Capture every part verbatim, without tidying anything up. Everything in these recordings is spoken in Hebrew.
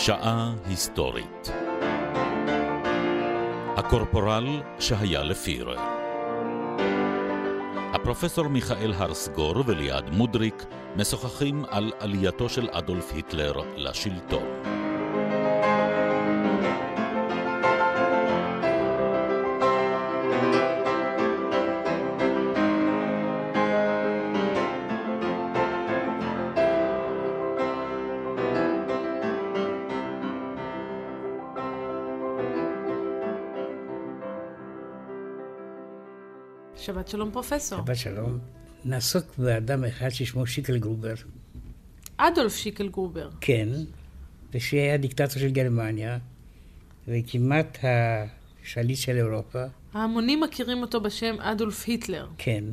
שעה היסטורית. הקורפורל שהיה לפיר. הפרופסור מיכאל הרסגור וליעד מודריק משוחחים על עלייתו של אדולף היטלר לשלטון. שבת שלום פרופסור. שבת שלום. נעסוק באדם אחד ששמו שיקל גרובר. אדולף שיקל גרובר. כן, ושהיה דיקטטור של גרמניה, וכמעט השליט של אירופה. ההמונים מכירים אותו בשם אדולף היטלר. כן,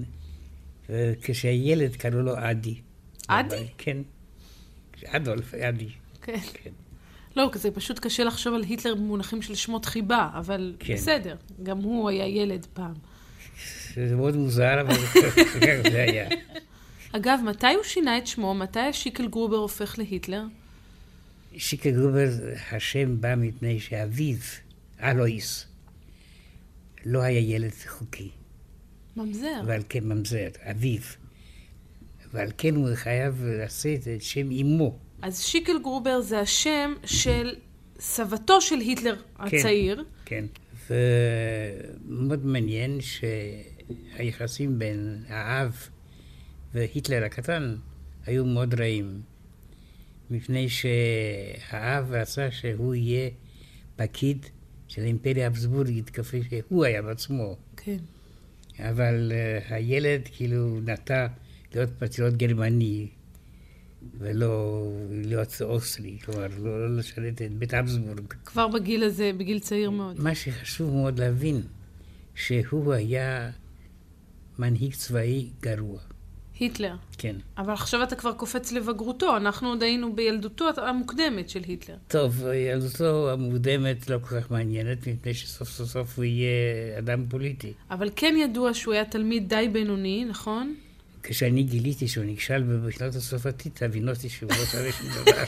וכשהילד קראו לו אדי. אדי? כן, אדולף, אדי. כן. כן. לא, זה פשוט קשה לחשוב על היטלר במונחים של שמות חיבה, אבל כן. בסדר, גם הוא היה ילד פעם. זה מאוד מוזר, אבל זה היה. אגב, מתי הוא שינה את שמו? מתי שיקל גרובר הופך להיטלר? שיקל גרובר, השם בא מפני שאביו, אלויס, לא היה ילד חוקי. ממזר. ועל כן ממזר, אביו. ועל כן הוא חייב לעשות את שם אמו. אז שיקל גרובר זה השם של סבתו של היטלר הצעיר. כן, כן. ומאוד מעניין שהיחסים בין האב והיטלר הקטן היו מאוד רעים. מפני שהאב רצה שהוא יהיה פקיד של האימפריה האבסבורגית כפי שהוא היה בעצמו. כן. אבל uh, הילד כאילו נטה להיות פטריוט גרמני ולא להיות אוסטרי, כלומר לא, לא לשרת את בית אבסבורג. כבר בגיל הזה, בגיל צעיר מאוד. מה שחשוב מאוד להבין, שהוא היה מנהיג צבאי גרוע. היטלר. כן. אבל עכשיו אתה כבר קופץ לבגרותו, אנחנו עוד היינו בילדותו המוקדמת של היטלר. טוב, ילדותו המוקדמת לא כל כך מעניינת, מפני שסוף סוף סוף הוא יהיה אדם פוליטי. אבל כן ידוע שהוא היה תלמיד די בינוני, נכון? כשאני גיליתי שהוא נכשל בבחינות הצרפתית, הבינותי שהוא לא שווה שום דבר.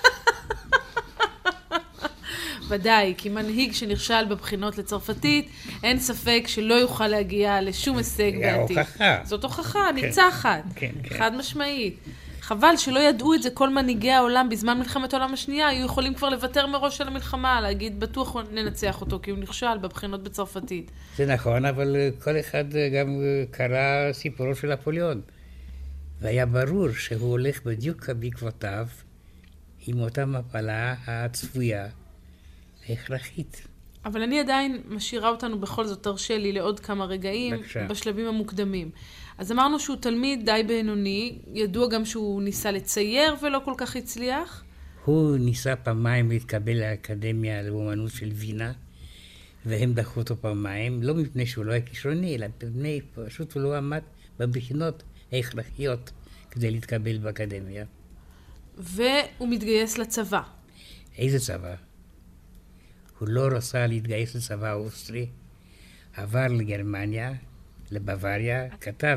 ודאי, כי מנהיג שנכשל בבחינות לצרפתית, אין ספק שלא יוכל להגיע לשום הישג בעתיד. הוכחה. זאת הוכחה, ניצחת. כן, כן. חד משמעית. חבל שלא ידעו את זה כל מנהיגי העולם בזמן מלחמת העולם השנייה, היו יכולים כבר לוותר מראש על המלחמה, להגיד בטוח ננצח אותו, כי הוא נכשל בבחינות בצרפתית. זה נכון, אבל כל אחד גם קרא סיפורו של נפוליאון. והיה ברור שהוא הולך בדיוק בעקבותיו עם אותה מפלה הצפויה. הכרחית. אבל אני עדיין משאירה אותנו בכל זאת, תרשה לי לעוד כמה רגעים בבקשה. בשלבים המוקדמים. אז אמרנו שהוא תלמיד די בינוני, ידוע גם שהוא ניסה לצייר ולא כל כך הצליח. הוא ניסה פעמיים להתקבל לאקדמיה לאומנות של וינה, והם דחו אותו פעמיים, לא מפני שהוא לא היה כישרוני, אלא מפני פשוט הוא לא עמד בבחינות ההכרחיות כדי להתקבל באקדמיה. והוא מתגייס לצבא. איזה צבא? הוא לא רצה להתגייס לצבא האוסטרי, עבר לגרמניה, לבוואריה, כתב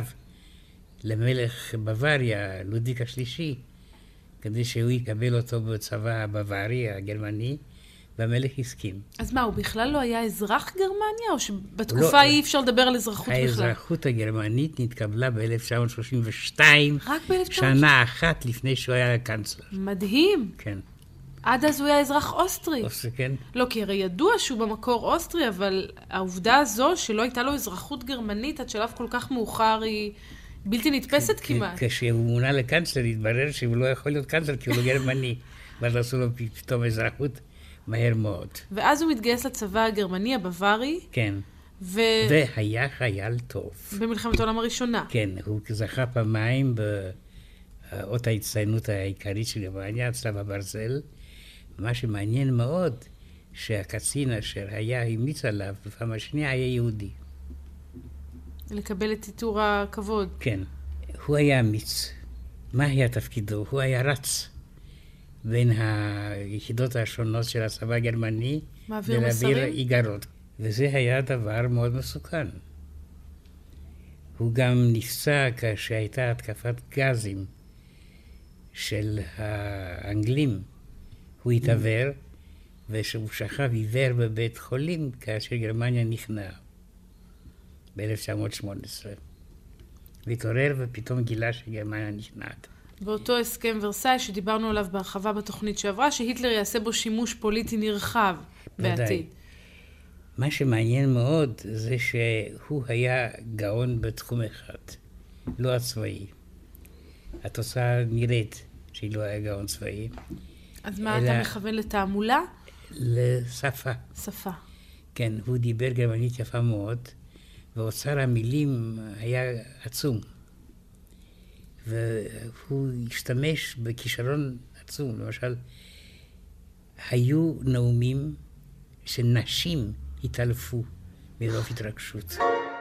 למלך בוואריה, לודוויג השלישי, כדי שהוא יקבל אותו בצבא הבווארי, הגרמני, והמלך הסכים. אז מה, הוא בכלל לא היה אזרח גרמניה, או שבתקופה אי אפשר לדבר על אזרחות בכלל? האזרחות הגרמנית נתקבלה ב-אלף תשע מאות שלושים ושתיים, רק ב-אלף תשע מאות? שנה אחת לפני שהוא היה קנצלר. מדהים. כן. עד אז הוא היה אזרח אוסטרי. אוסטרי, כן. לא, כי הרי ידוע שהוא במקור אוסטרי, אבל העובדה הזו שלא הייתה לו אזרחות גרמנית עד שלב כל כך מאוחר היא בלתי נתפסת כמעט. כשהוא מונה לקנצלר התברר שהוא לא יכול להיות קנצלר כי הוא לא גרמני. ואז עשו לו פתאום אזרחות מהר מאוד. ואז הוא מתגייס לצבא הגרמני הבווארי. כן. ו... והיה חייל טוב. במלחמת העולם הראשונה. כן, הוא זכה פעמיים באות ההצטיינות העיקרית של גרמניה, צלב הברזל. מה שמעניין מאוד, שהקצין אשר היה המליץ עליו בפעם השנייה היה יהודי. לקבל את עיטור הכבוד. כן. הוא היה אמיץ. מה היה תפקידו? הוא היה רץ בין היחידות השונות של הצבא הגרמני ולהעביר איגרות. וזה היה דבר מאוד מסוכן. הוא גם נפצע כשהייתה התקפת גזים של האנגלים. הוא התעוור, והוא שכב עיוור בבית חולים כאשר גרמניה נכנעה ב-אלף תשע מאות שמונה עשרה. והתעורר ופתאום גילה שגרמניה נכנעת. באותו הסכם ורסאי שדיברנו עליו בהרחבה בתוכנית שעברה, שהיטלר יעשה בו שימוש פוליטי נרחב בעתיד. מה שמעניין מאוד זה שהוא היה גאון בתחום אחד, לא הצבאי. התוצאה נראית שהיא לא היה גאון צבאי. אז מה אתה מכוון לתעמולה? לשפה. שפה. כן, הוא דיבר גרמנית יפה מאוד, ואוצר המילים היה עצום. והוא השתמש בכישרון עצום. למשל, היו נאומים שנשים התעלפו מרוב התרגשות.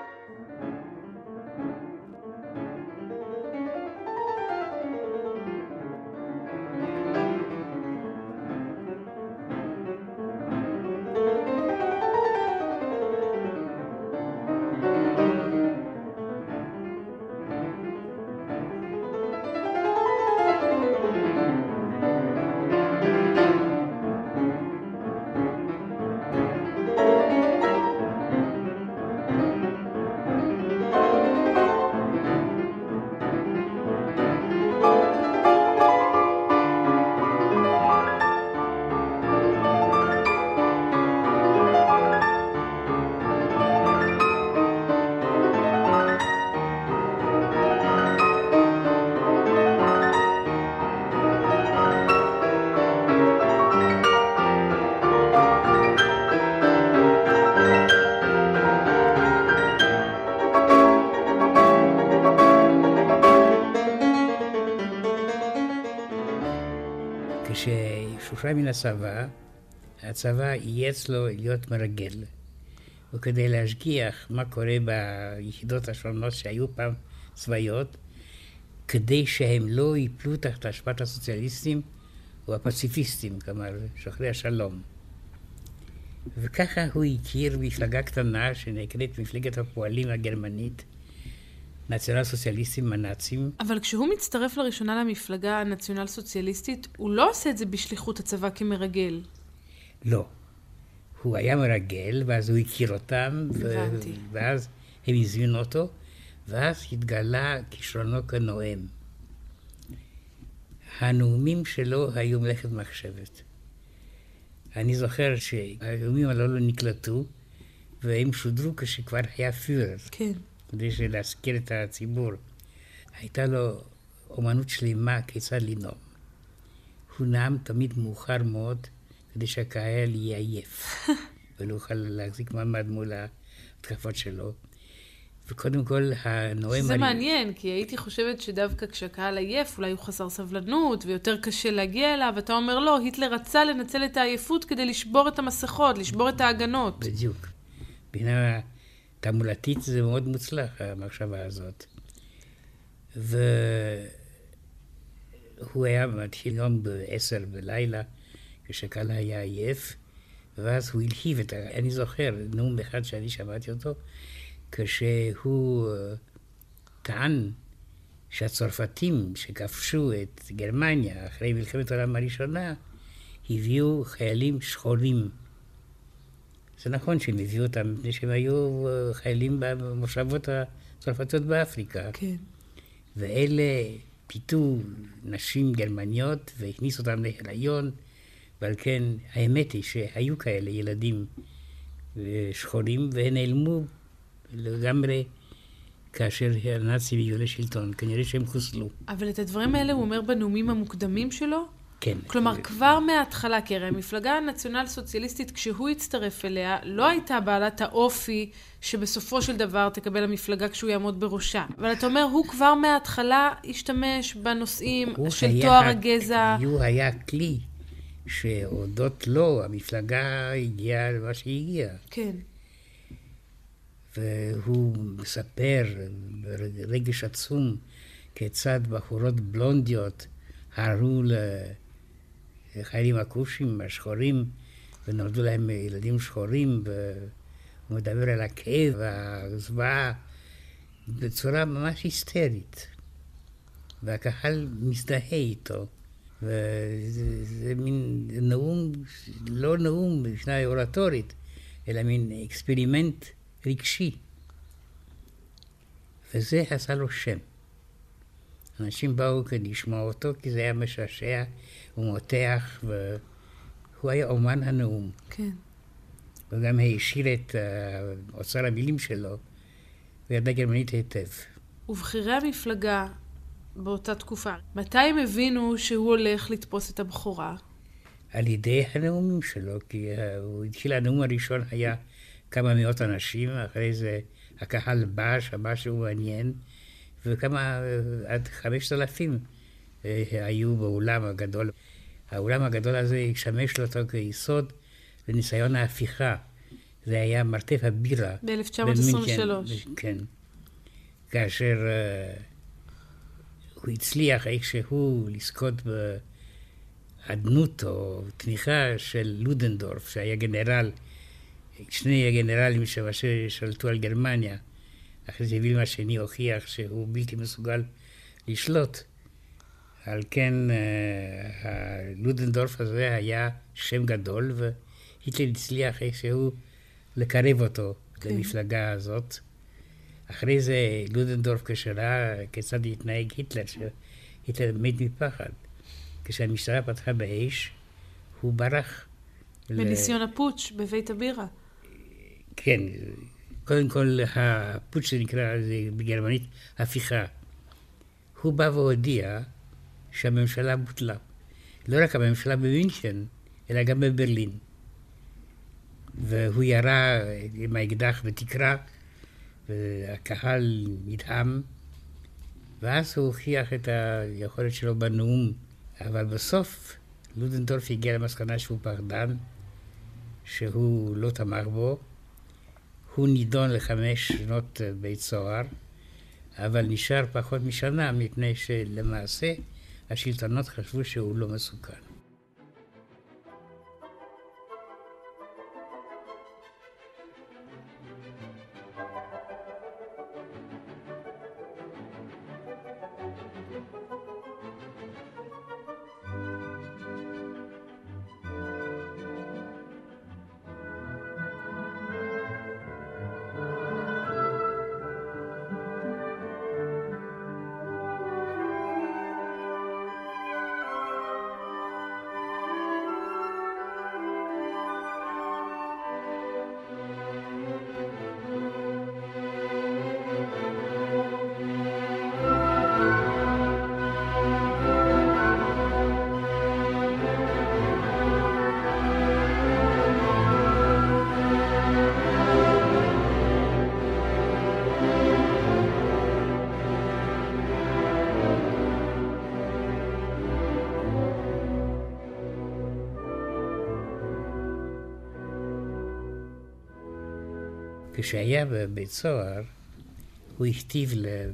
כששוחרר מן הצבא, הצבא ייעץ לו להיות מרגל. וכדי להשגיח מה קורה ביחידות השונות שהיו פעם צבאיות, כדי שהם לא ייפלו תחת השפעת הסוציאליסטים או הפציפיסטים, כלומר שוחרי השלום. וככה הוא הכיר מפלגה קטנה שנקראת מפלגת הפועלים הגרמנית, נציונל סוציאליסטים הנאצים. אבל כשהוא מצטרף לראשונה למפלגה הנציונל סוציאליסטית, הוא לא עושה את זה בשליחות הצבא כמרגל. לא. הוא היה מרגל, ואז הוא הכיר אותם, ו... ואז הם הזמינו אותו, ואז התגלה כישרונו כנואם. הנאומים שלו היו מלאכת מחשבת. אני זוכר שהנאומים הללו נקלטו, והם שודרו כשכבר היה פיורר. כן. כדי להזכיר את הציבור. הייתה לו אומנות שלמה כיצד לנאום. הוא נאם תמיד מאוחר מאוד, כדי שהקהל יהיה עייף, ולא יוכל להחזיק מעמד מול ההתקפות שלו. וקודם כל, הנואם... זה מעניין, כי הייתי חושבת שדווקא כשהקהל עייף, אולי הוא חסר סבלנות, ויותר קשה להגיע אליו, ואתה אומר לא, היטלר רצה לנצל את העייפות כדי לשבור את המסכות, לשבור את ההגנות. בדיוק. בינה תעמולתית זה מאוד מוצלח, המחשבה הזאת. והוא היה מתחיל יום בעשר בלילה, כשקהל היה עייף, ואז הוא הלהיב את ה... אני זוכר, נאום אחד שאני שמעתי אותו, כשהוא טען שהצרפתים שכבשו את גרמניה אחרי מלחמת העולם הראשונה, הביאו חיילים שחורים. זה נכון שהם הביאו אותם, מפני שהם היו חיילים במושבות הצרפתיות באפריקה. כן. ואלה פיתו נשים גרמניות והכניסו אותם להיריון, ועל כן האמת היא שהיו כאלה ילדים שחורים, והם נעלמו לגמרי כאשר הנאצים הגיעו לשלטון. כנראה שהם חוסלו. אבל את הדברים האלה הוא אומר בנאומים המוקדמים שלו? כן. כלומר, כבר מההתחלה, כי הרי המפלגה הנציונל סוציאליסטית, כשהוא הצטרף אליה, לא הייתה בעלת האופי שבסופו של דבר תקבל המפלגה כשהוא יעמוד בראשה. אבל אתה אומר, הוא כבר מההתחלה השתמש בנושאים של תואר הגזע. הוא היה כלי שהודות לו, המפלגה הגיעה למה שהיא הגיעה. כן. והוא מספר ברגש עצום כיצד בחורות בלונדיות הרעו לחיילים הכושים השחורים, ונולדו להם ילדים שחורים, והוא מדבר על הכאב והזוועה בצורה ממש היסטרית. והקהל מזדהה איתו. וזה זה מין נאום, לא נאום בשנה אורטורית, אלא מין אקספרימנט רגשי. וזה עשה לו שם. אנשים באו כדי לשמוע אותו, כי זה היה משעשע ומותח, והוא היה אומן הנאום. כן. הוא גם העשיר את אוצר המילים שלו, וידע גרמנית היטב. ובחירי המפלגה באותה תקופה, מתי הם הבינו שהוא הולך לתפוס את הבכורה? על ידי הנאומים שלו, כי הוא התחיל, הנאום הראשון היה כמה מאות אנשים, אחרי זה הקהל בא, שמע שהוא מעניין, וכמה, עד חמשת אלפים היו באולם הגדול. האולם הגדול הזה ישמש לו אותו כיסוד לניסיון ההפיכה. זה היה מרתף הבירה. ב-אלף תשע מאות עשרים ושלוש. כן. כאשר uh, הוא הצליח איכשהו לזכות בעדנות או תמיכה של לודנדורף, שהיה גנרל, שני הגנרלים ששלטו על גרמניה. אחרי זה וילהלם השני הוכיח שהוא בלתי מסוגל לשלוט. על כן uh, הלודנדורף הזה היה שם גדול, והיטלר הצליח איכשהו לקרב אותו okay. למפלגה הזאת. אחרי זה לודנדורף כשראה כיצד התנהג היטלר, שהיטלר מת מפחד. כשהמשטרה פתחה באש, הוא ברח. בניסיון ל... הפוטש בבית הבירה. כן, קודם כל הפוטש שנקרא זה בגרמנית הפיכה. הוא בא והודיע שהממשלה בוטלה. לא רק הממשלה במינכן, אלא גם בברלין. והוא ירה עם האקדח בתקרה, והקהל נדהם, ואז הוא הוכיח את היכולת שלו בנאום. אבל בסוף לודנדורף הגיע למסקנה שהוא פחדן, שהוא לא תמך בו. הוא נידון לחמש שנות בית סוהר, אבל נשאר פחות משנה, מפני שלמעשה השלטונות חשבו שהוא לא מסוכן. כשהיה בבית סוהר, הוא הכתיב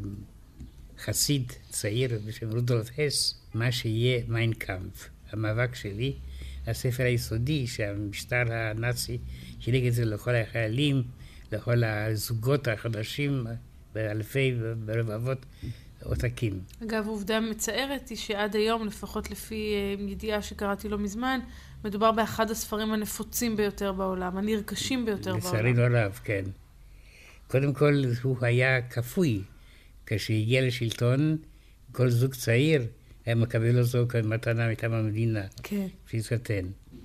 לחסיד צעיר בשם רודולף הס, מה שיהיה מיין קאמפף, המאבק שלי, הספר היסודי שהמשטר הנאצי חילק את זה לכל החיילים, לכל הזוגות החדשים, באלפי ברבבות עותקים. אגב, עובדה מצערת היא שעד היום, לפחות לפי ידיעה שקראתי לא מזמן, מדובר באחד הספרים הנפוצים ביותר בעולם, הנרכשים ביותר בעולם. לצערי לא רב, כן. קודם כל, הוא היה כפוי. כשהגיע לשלטון, כל זוג צעיר היה מקבל אותו כמתנה מטעם המדינה. כן. שיתחתן.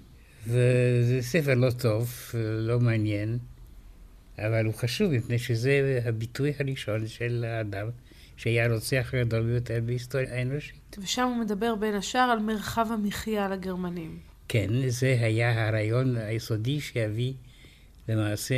וזה ספר לא טוב, לא מעניין, אבל הוא חשוב, מפני שזה הביטוי הראשון של האדם, שהיה הרוצח הגדול ביותר בהיסטוריה האנושית. ושם הוא מדבר בין השאר על מרחב המחיה לגרמנים. כן, זה היה הרעיון היסודי שהביא למעשה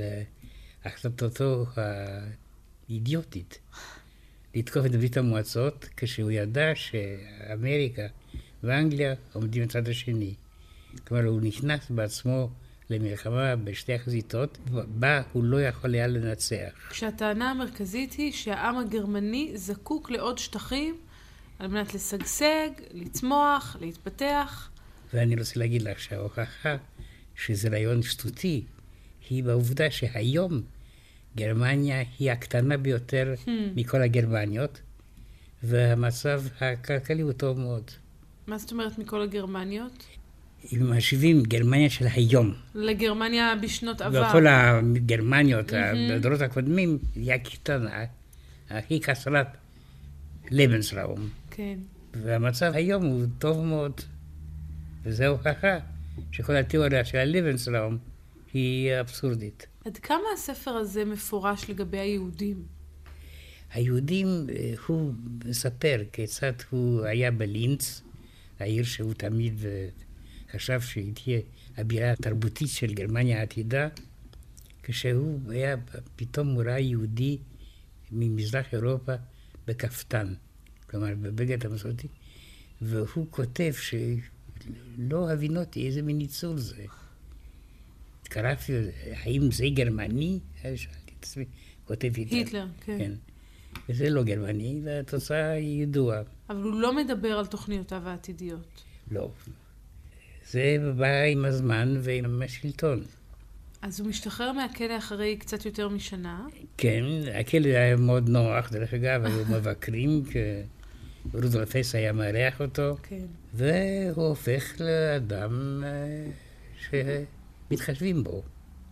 להחלטתו האידיוטית לתקוף את ברית המועצות, כשהוא ידע שאמריקה ואנגליה עומדים בצד השני. כלומר, הוא נכנס בעצמו למלחמה בשתי החזיתות, בה הוא לא יכול היה לנצח. כשהטענה המרכזית היא שהעם הגרמני זקוק לעוד שטחים על מנת לשגשג, לצמוח, להתפתח. ואני רוצה להגיד לך שההוכחה שזה רעיון שטותי, היא בעובדה שהיום גרמניה היא הקטנה ביותר hmm. מכל הגרמניות, והמצב הכלכלי הוא טוב מאוד. מה זאת אומרת מכל הגרמניות? אם משווים גרמניה של היום. לגרמניה בשנות עבר. וכל הגרמניות, בדורות הקודמים, היא הקטנה, הכי חסרת לבנסראום. כן. והמצב היום הוא טוב מאוד. וזו הוכחה שכל התיאוריה של הלבנסראום היא אבסורדית. עד כמה הספר הזה מפורש לגבי היהודים? היהודים, הוא מספר כיצד הוא היה בלינץ, העיר שהוא תמיד חשב שהיא תהיה הבירה התרבותית של גרמניה העתידה, כשהוא היה, פתאום הוא ראה יהודי ממזרח אירופה בכפתן, כלומר בבגד המסורתי, והוא כותב שלא הבינותי איזה מין ניצול זה. קראתי, האם זה גרמני? שאלתי את עצמי, כותב היטלר. היטלר, כן. כן. וזה לא גרמני, והתוצאה היא ידועה. אבל הוא לא מדבר על תוכניותיו העתידיות. לא. זה בא עם הזמן ועם השלטון. אז הוא משתחרר מהכלא אחרי קצת יותר משנה? כן, הכלא היה מאוד נוח, דרך אגב, היו מבקרים, רודולף הס היה מארח אותו, כן. והוא הופך לאדם שמתחשבים בו.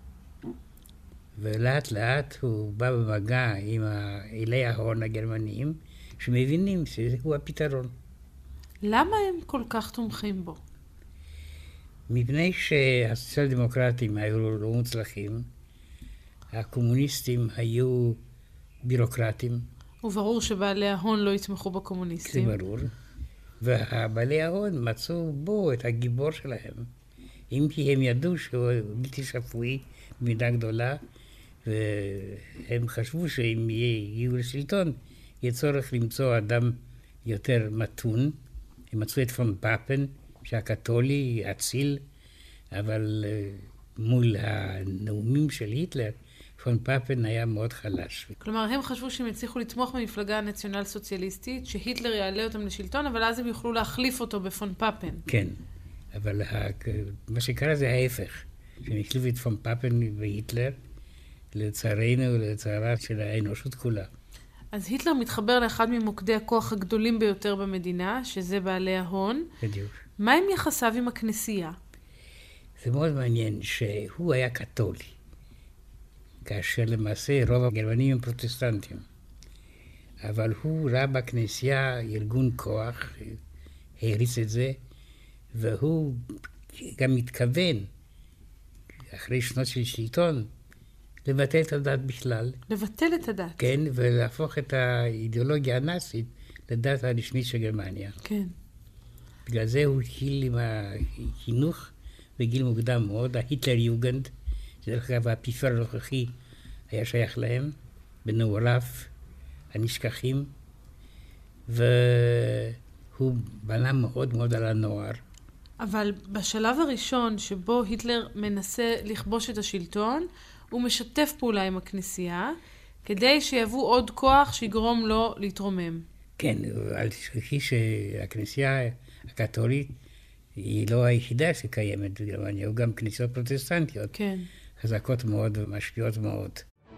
ולאט לאט הוא בא במגע עם אילי ההון הגרמניים, שמבינים שהוא הפתרון. למה הם כל כך תומכים בו? מפני שהסוציאל דמוקרטים היו לא מוצלחים, הקומוניסטים היו בירוקרטים. וברור שבעלי ההון לא יתמכו בקומוניסטים. זה ברור. ובעלי ההון מצאו בו את הגיבור שלהם. אם כי הם ידעו שהוא בלתי שפוי במידה גדולה, והם חשבו שאם יהיו לשלטון, יהיה צורך למצוא אדם יותר מתון. הם מצאו את פון פאפן, שהקתולי אציל, אבל uh, מול הנאומים של היטלר, פון פאפן היה מאוד חלש. כלומר, הם חשבו שהם יצליחו לתמוך במפלגה הנציונל סוציאליסטית, שהיטלר יעלה אותם לשלטון, אבל אז הם יוכלו להחליף אותו בפון פאפן. כן, אבל מה שקרה זה ההפך, שהם החליפו את פון פאפן והיטלר, לצערנו ולצערה של האנושות כולה. אז היטלר מתחבר לאחד ממוקדי הכוח הגדולים ביותר במדינה, שזה בעלי ההון. בדיוק. מה עם יחסיו עם הכנסייה? זה מאוד מעניין שהוא היה קתולי, כאשר למעשה רוב הגרמנים הם פרוטסטנטים. אבל הוא ראה בכנסייה ארגון כוח, העריץ את זה, והוא גם מתכוון, אחרי שנות של שלטון, לבטל את הדת בכלל. לבטל את הדת? כן, ולהפוך את האידיאולוגיה הנאצית לדת הרשמית של גרמניה. כן. בגלל זה הוא התחיל עם החינוך בגיל מוקדם מאוד, ההיטלר יוגנד, שדרך אגב האפיפיור הנוכחי היה שייך להם, בנעוריו הנשכחים, והוא בנה מאוד מאוד על הנוער. אבל בשלב הראשון שבו היטלר מנסה לכבוש את השלטון, הוא משתף פעולה עם הכנסייה, כדי שיבוא עוד כוח שיגרום לו להתרומם. כן, אל תשכחי שהכנסייה הקתולית היא לא היחידה שקיימת בגרמניה, הוא גם כנסיות פרוטסטנטיות. כן. חזקות מאוד ומשפיעות מאוד.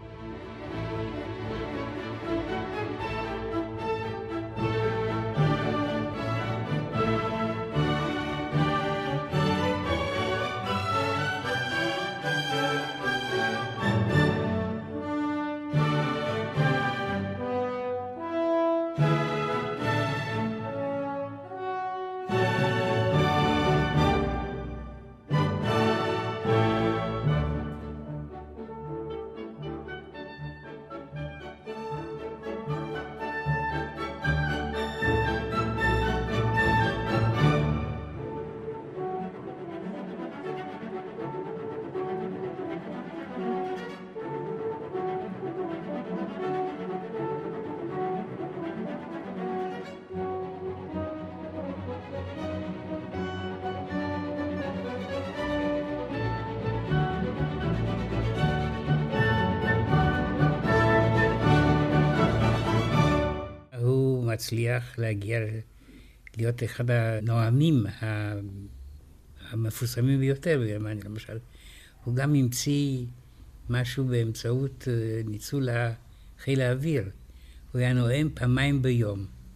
מצליח להגיע להיות אחד הנואמים המפורסמים ביותר בגרמניה, למשל. הוא גם המציא משהו באמצעות ניצול חיל האוויר. הוא היה נואם פעמיים ביום.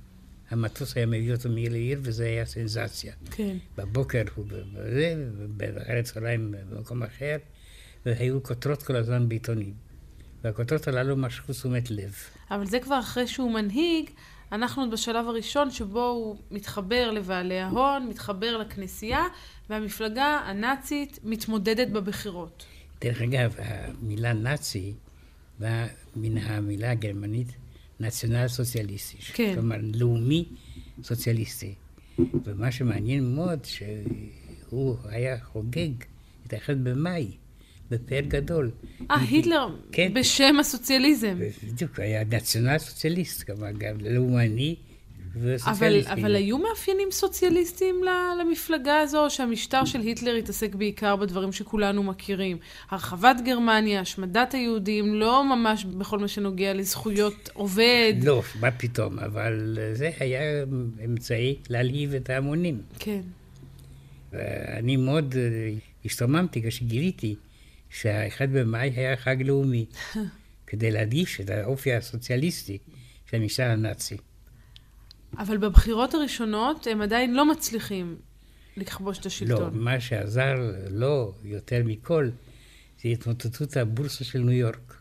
המטוס היה מביא אותו מעיר לעיר, וזה היה סנסציה. כן. בבוקר הוא בזה, ובאחרי צהריים במקום אחר, והיו כותרות כל הזמן בעיתונים. והכותרות הללו משכו תשומת לב. אבל זה כבר אחרי שהוא מנהיג, אנחנו עוד בשלב הראשון שבו הוא מתחבר לבעלי ההון, מתחבר לכנסייה, והמפלגה הנאצית מתמודדת בבחירות. דרך אגב, המילה נאצי באה מן המילה הגרמנית נציונל סוציאליסטי. כן. כלומר, לאומי סוציאליסטי. ומה שמעניין מאוד, שהוא היה חוגג את האחד במאי, בפאר גדול. אה, היטלר, כן. בשם הסוציאליזם. בדיוק, היה נציונל סוציאליסט, כלומר, גם לאומני וסוציאליסטי. אבל, אבל היו מאפיינים סוציאליסטיים למפלגה הזו, שהמשטר של היטלר התעסק בעיקר בדברים שכולנו מכירים. הרחבת גרמניה, השמדת היהודים, לא ממש בכל מה שנוגע לזכויות עובד. לא, מה פתאום, אבל זה היה אמצעי להלהיב את ההמונים. כן. אני מאוד השתוממתי כשגיליתי שהאחד במאי היה חג לאומי, כדי להדגיש את האופי הסוציאליסטי של המשטר הנאצי. אבל בבחירות הראשונות הם עדיין לא מצליחים לכבוש את השלטון. לא, מה שעזר לו יותר מכל, זה התמוטטות הבורסה של ניו יורק.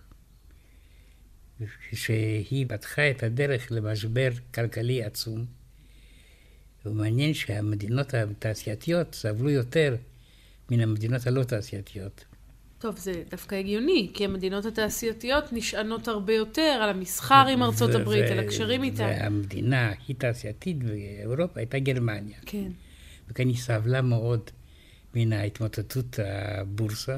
שהיא פתחה את הדרך למשבר כלכלי עצום. ומעניין שהמדינות התעשייתיות סבלו יותר מן המדינות הלא תעשייתיות. טוב, זה דווקא הגיוני, כי המדינות התעשייתיות נשענות הרבה יותר על המסחר עם ארצות הברית, על הקשרים איתה. והמדינה הכי תעשייתית באירופה הייתה גרמניה. כן. וכאן היא סבלה מאוד מן ההתמוטטות הבורסה,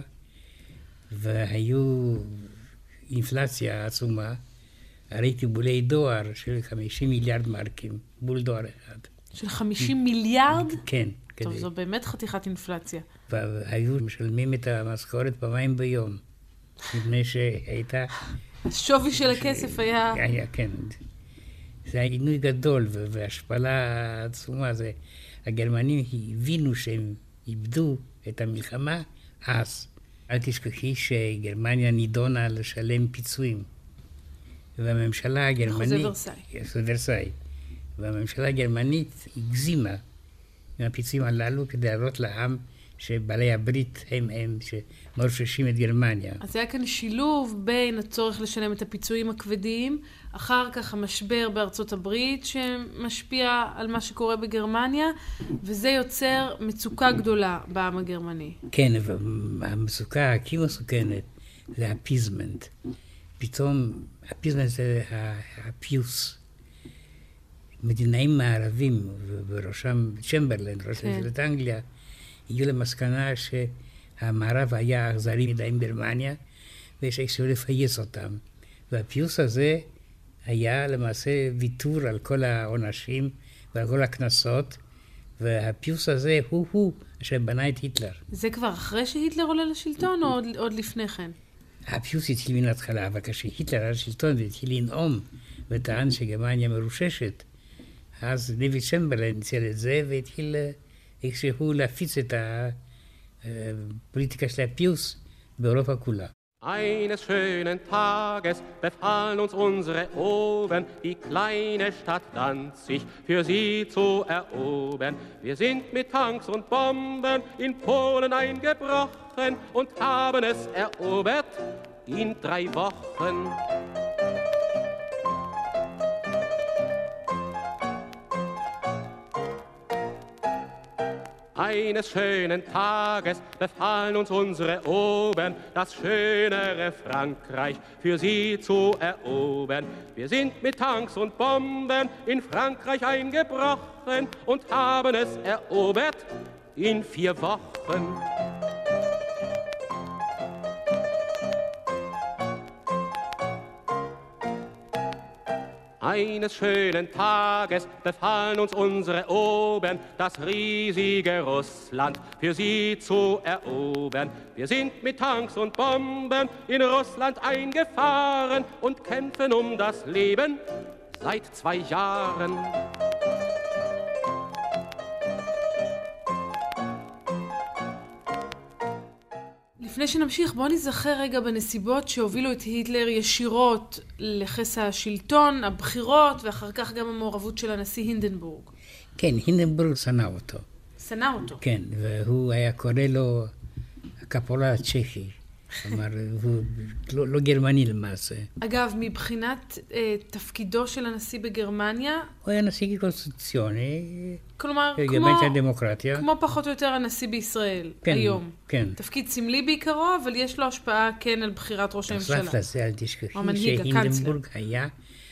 והיו אינפלציה עצומה, ראיתי בולי דואר של חמישים מיליארד מרקים, בול דואר אחד. של חמישים מיליארד? כן. טוב, כדי. זו באמת חתיכת אינפלציה. והיו משלמים את המשכורת פעמיים ביום, מפני שהייתה... השווי של הכסף היה... היה, כן. זה היה עינוי גדול והשפלה עצומה. זה... הגרמנים הבינו שהם איבדו את המלחמה אז. אל תשכחי שגרמניה נידונה לשלם פיצויים. והממשלה הגרמנית... חוזה ורסאי. חוזה ורסאי. והממשלה הגרמנית הגזימה מהפיצויים הללו כדי להראות לעם שבעלי הברית הם הם שמרוששים את גרמניה. אז היה כאן שילוב בין הצורך לשלם את הפיצויים הכבדים, אחר כך המשבר בארצות הברית שמשפיע על מה שקורה בגרמניה, וזה יוצר מצוקה גדולה בעם הגרמני. כן, והמצוקה הכי מסוכנת זה הפיזמנט. פתאום הפיזמנט זה הפיוס. מדינאים מערבים, ובראשם צ'מברלן, ראש ממשלת אנגליה, הגיעו למסקנה שהמערב היה אכזרי מדי עם גרמניה, ויש אפשרות לפייס אותם. והפיוס הזה היה למעשה ויתור על כל העונשים ועל כל הכנסות, והפיוס הזה הוא-הוא אשר בנה את היטלר. זה כבר אחרי שהיטלר עולה לשלטון או עוד, עוד לפני כן? הפיוס התחיל מן ההתחלה, אבל כשהיטלר עלה לשלטון והתחיל לנאום וטען שגרמניה מרוששת, אז דיוויד צ'מברלן ניצל את זה והתחיל איכשהו להפיץ את הפוליטיקה של הפיוס באירופה כולה. Eines schönen Tages befahlen uns unsere Oben, die kleine Stadt Danzig für sie zu erobern. Wir sind mit Tanks und Bomben in Polen eingebrochen und haben es erobert in drei Wochen. Eines schönen Tages befahlen uns unsere Oben, das schönere Frankreich für sie zu erobern. Wir sind mit Tanks und Bomben in Frankreich eingebrochen und haben es erobert in vier Wochen. Eines schönen Tages befahlen uns unsere Oben, das riesige Russland für sie zu erobern. Wir sind mit Tanks und Bomben in Russland eingefahren und kämpfen um das Leben seit zwei Jahren. לפני שנמשיך, בואו נזכר רגע בנסיבות שהובילו את היטלר ישירות לכס השלטון, הבחירות, ואחר כך גם המעורבות של הנשיא הינדנבורג. כן, הינדנבורג שנא אותו. שנא אותו. כן, והוא היה קורא לו הקפורל הצ'כי. כלומר, הוא לא, לא גרמני למעשה. אגב, מבחינת אה, תפקידו של הנשיא בגרמניה... הוא היה נשיא קונסטיטוציוני. כלומר, כמו, הדמוקרטיה. כמו פחות או יותר הנשיא בישראל, כן, היום. כן. תפקיד סמלי בעיקרו, אבל יש לו השפעה כן על בחירת ראש הממשלה. נוסף לזה, אל תשכחי שהינדנבורג היה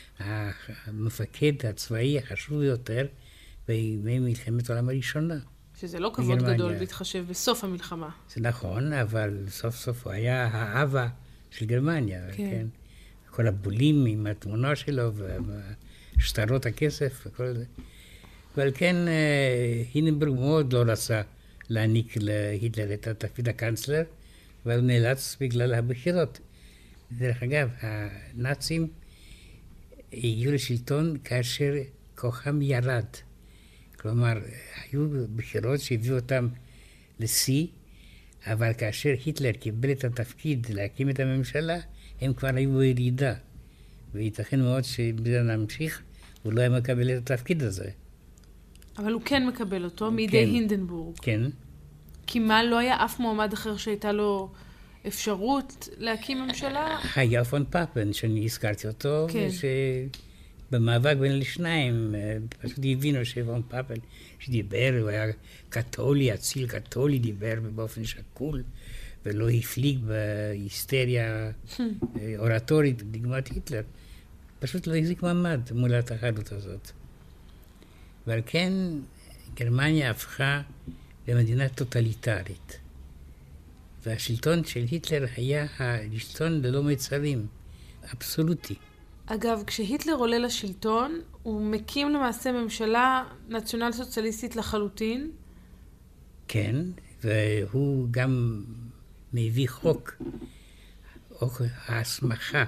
המפקד הצבאי החשוב ביותר בימי מלחמת העולם הראשונה. שזה לא כבוד גדול להתחשב בסוף המלחמה. זה נכון, אבל סוף סוף הוא היה האבא של גרמניה. כן. כן? כל הבולים עם התמונה שלו ושטרות הכסף וכל זה. אבל כן, הינדנבורג מאוד לא רצה להעניק להיטלר את תפקיד הקנצלר, אבל הוא נאלץ בגלל הבחירות. דרך אגב, הנאצים הגיעו לשלטון כאשר כוחם ירד. כלומר, היו בחירות שהביאו אותם לשיא, אבל כאשר היטלר קיבל את התפקיד להקים את הממשלה, הם כבר היו בירידה. וייתכן מאוד שבזה נמשיך, הוא לא היה מקבל את התפקיד הזה. אבל הוא כן מקבל אותו מידי הינדנבורג. כן. כי מה, לא היה אף מועמד אחר שהייתה לו אפשרות להקים ממשלה? היה פון פאפן, שאני הזכרתי אותו, כן. במאבק בין לשניים, פשוט הבינו שפון פאפן שדיבר, הוא היה קתולי, אציל קתולי, דיבר באופן שקול, ולא הפליג בהיסטריה אורטורית, דגמת היטלר. פשוט לא החזיק מעמד מול התחרות הזאת. ועל כן, גרמניה הפכה למדינה טוטליטרית. והשלטון של היטלר היה השלטון ללא מצרים, אבסולוטי. אגב, כשהיטלר עולה לשלטון, הוא מקים למעשה ממשלה נציונל סוציאליסטית לחלוטין. כן, והוא גם מביא חוק, או ההסמכה,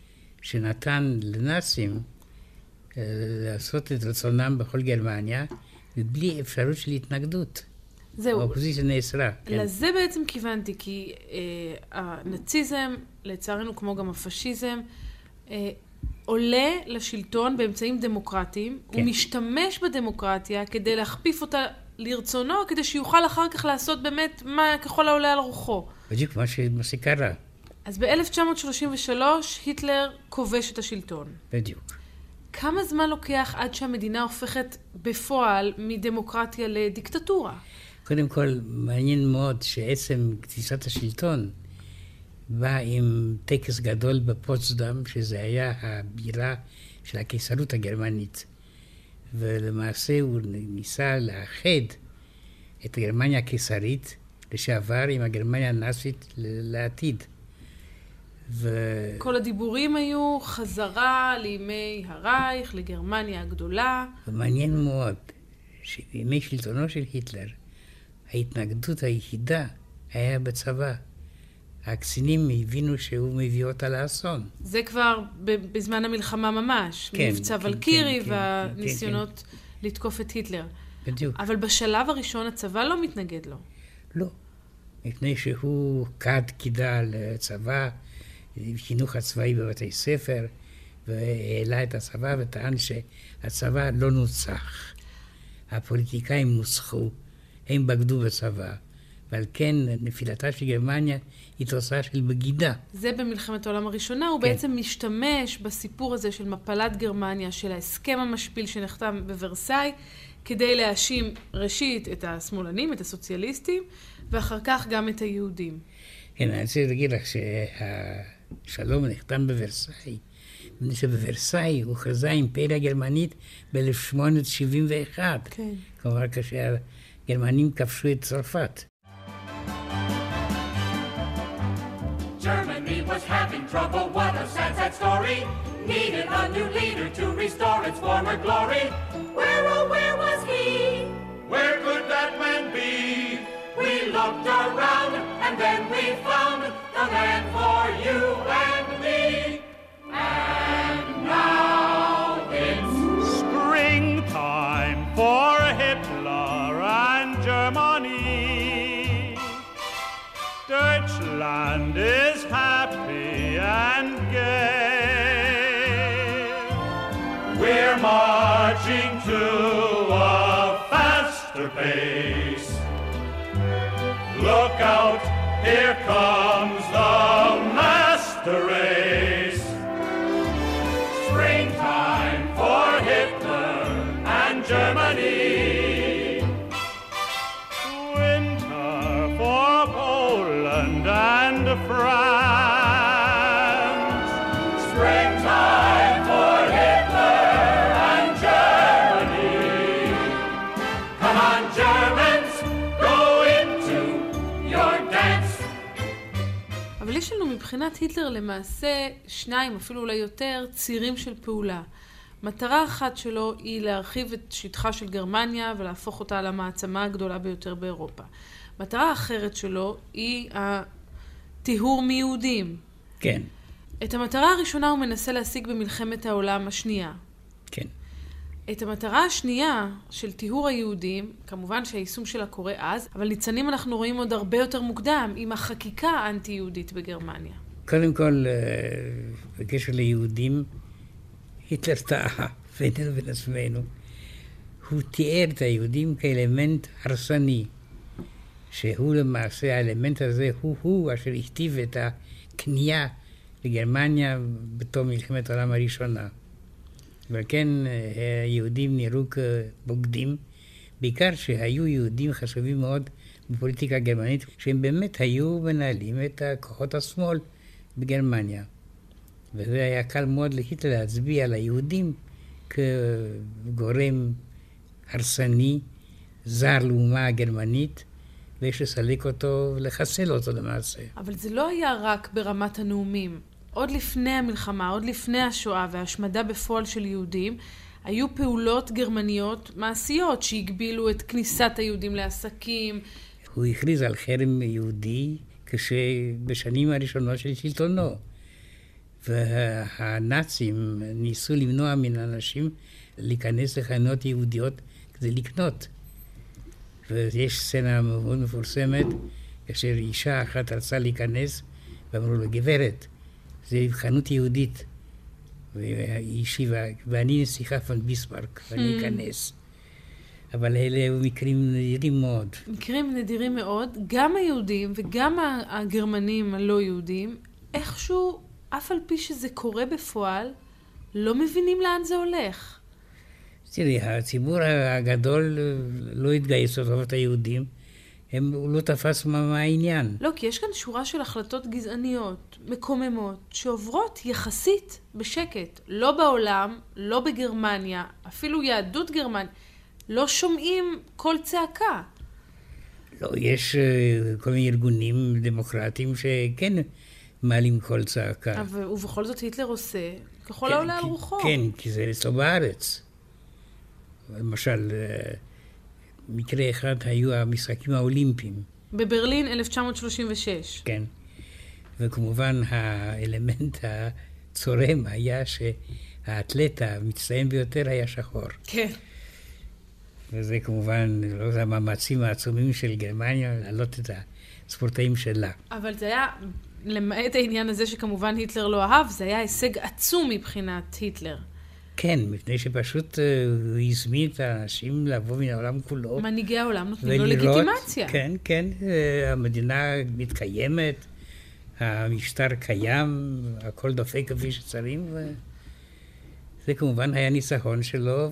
שנתן לנאצים לעשות את רצונם בכל גרמניה, ובלי אפשרות של התנגדות. זהו. האופוזיציה נאסרה. כן. לזה בעצם כיוונתי, כי אה, הנאציזם, לצערנו כמו גם הפשיזם, אה, עולה לשלטון באמצעים דמוקרטיים, כן. הוא משתמש בדמוקרטיה כדי להכפיף אותה לרצונו, כדי שיוכל אחר כך לעשות באמת מה ככל העולה על רוחו. בדיוק מה שקרה. אז ב-אלף תשע מאות שלושים ושלוש היטלר כובש את השלטון. בדיוק. כמה זמן לוקח עד שהמדינה הופכת בפועל מדמוקרטיה לדיקטטורה? קודם כל, מעניין מאוד שעצם תפיסת השלטון בא עם טקס גדול בפוצדם, שזה היה הבירה של הקיסרות הגרמנית. ולמעשה הוא ניסה לאחד את גרמניה הקיסרית לשעבר עם הגרמניה הנאצית לעתיד. ו... כל הדיבורים היו חזרה לימי הרייך, לגרמניה הגדולה. ומעניין מאוד שבימי שלטונו של היטלר, ההתנגדות היחידה היה בצבא. הקצינים הבינו שהוא מביא אותה לאסון. זה כבר בזמן המלחמה ממש. כן. מבצע ולקירי כן, והניסיונות כן, כן. לתקוף את היטלר. בדיוק. אבל בשלב הראשון הצבא לא מתנגד לו. לא. מפני שהוא קד קידה לצבא, חינוך הצבאי בבתי ספר, והעלה את הצבא וטען שהצבא לא נוצח. הפוליטיקאים נוצחו, הם בגדו בצבא. ועל כן נפילתה של גרמניה היא תוצאה של בגידה. זה במלחמת העולם הראשונה, הוא כן. בעצם משתמש בסיפור הזה של מפלת גרמניה, של ההסכם המשפיל שנחתם בוורסאי, כדי להאשים ראשית את השמאלנים, את הסוציאליסטים, ואחר כך גם את היהודים. כן, אני רוצה להגיד לך שהשלום נחתם בוורסאי, מפני שבוורסאי הוא חזה אימפריה גרמנית ב-אלף שמונה מאות שבעים ואחת. כן. כלומר, כאשר הגרמנים כבשו את צרפת. Germany was having trouble, what a sad, sad story. Needed a new leader to restore its former glory. Where, oh, where was he? Where could that man be? We looked around and then we found the man for you and me. And now it's springtime for Hitler and Germany. Deutschland We're marching to a faster pace. Look out, here comes the master race. Springtime for Hitler and Germany. Winter for Poland and France. Springtime for Hitler and Germany. Come on, Germans, go into your dance. אבל יש לנו מבחינת היטלר למעשה שניים, אפילו אולי יותר, צירים של פעולה. מטרה אחת שלו היא להרחיב את שטחה של גרמניה ולהפוך אותה למעצמה הגדולה ביותר באירופה. מטרה אחרת שלו היא הטיהור מיהודים. כן. את המטרה הראשונה הוא מנסה להשיג במלחמת העולם השנייה. כן. את המטרה השנייה של טיהור היהודים, כמובן שהיישום שלה קורה אז, אבל ניצנים אנחנו רואים עוד הרבה יותר מוקדם עם החקיקה האנטי-יהודית בגרמניה. קודם כל, בקשר ליהודים, היטלר טעה בינינו ובין עצמנו. הוא תיאר את היהודים כאלמנט הרסני, שהוא למעשה, האלמנט הזה הוא-הוא אשר הכתיב את הכניעה לגרמניה בתום מלחמת העולם הראשונה. וכן, היהודים נראו כבוגדים, בעיקר שהיו יהודים חשובים מאוד בפוליטיקה הגרמנית, שהם באמת היו מנהלים את כוחות השמאל בגרמניה. וזה היה קל מאוד להיטלר להצביע על היהודים כגורם הרסני, זר לאומה הגרמנית, ויש לסלק אותו ולחסל אותו למעשה. אבל זה לא היה רק ברמת הנאומים. עוד לפני המלחמה, עוד לפני השואה וההשמדה בפועל של יהודים, היו פעולות גרמניות מעשיות שהגבילו את כניסת היהודים לעסקים. הוא הכריז על חרם יהודי כשבשנים הראשונות של שלטונו. והנאצים ניסו למנוע מן האנשים להיכנס לחנויות יהודיות כדי לקנות. ויש סצנה מאוד מפורסמת, כאשר אישה אחת רצה להיכנס, ואמרו לו, גברת, זה חנות יהודית. והיא השיבה, ואני נסיכה פון ביסמרק, ואני אכנס. אבל אלה היו מקרים נדירים מאוד. מקרים נדירים מאוד, גם היהודים וגם הגרמנים הלא יהודים, איכשהו, אף על פי שזה קורה בפועל, לא מבינים לאן זה הולך. תראי, הציבור הגדול לא התגייס לטובת היהודים, הם, הוא לא תפס מה, מה העניין. לא, כי יש כאן שורה של החלטות גזעניות, מקוממות, שעוברות יחסית בשקט. לא בעולם, לא בגרמניה, אפילו יהדות גרמניה, לא שומעים כל צעקה. לא, יש uh, כל מיני ארגונים דמוקרטיים שכן מעלים כל צעקה. אבל, ובכל זאת היטלר עושה ככל העולה על רוחו. כן, כי זה אצלו בארץ. למשל, מקרה אחד היו המשחקים האולימפיים. בברלין אלף תשע מאות שלושים ושש. כן. וכמובן האלמנט הצורם היה שהאתלט המצטיין ביותר היה שחור. כן. וזה כמובן לא זה המאמצים העצומים של גרמניה להעלות את הספורטאים שלה. אבל זה היה, למעט העניין הזה שכמובן היטלר לא אהב, זה היה הישג עצום מבחינת היטלר. כן, מפני שפשוט הוא הזמין את האנשים לבוא מן העולם כולו. מנהיגי העולם נותנים לו לגיטימציה. כן, כן, המדינה מתקיימת, המשטר קיים, הכל דופק כפי שצריך, וזה כמובן היה ניצחון שלו,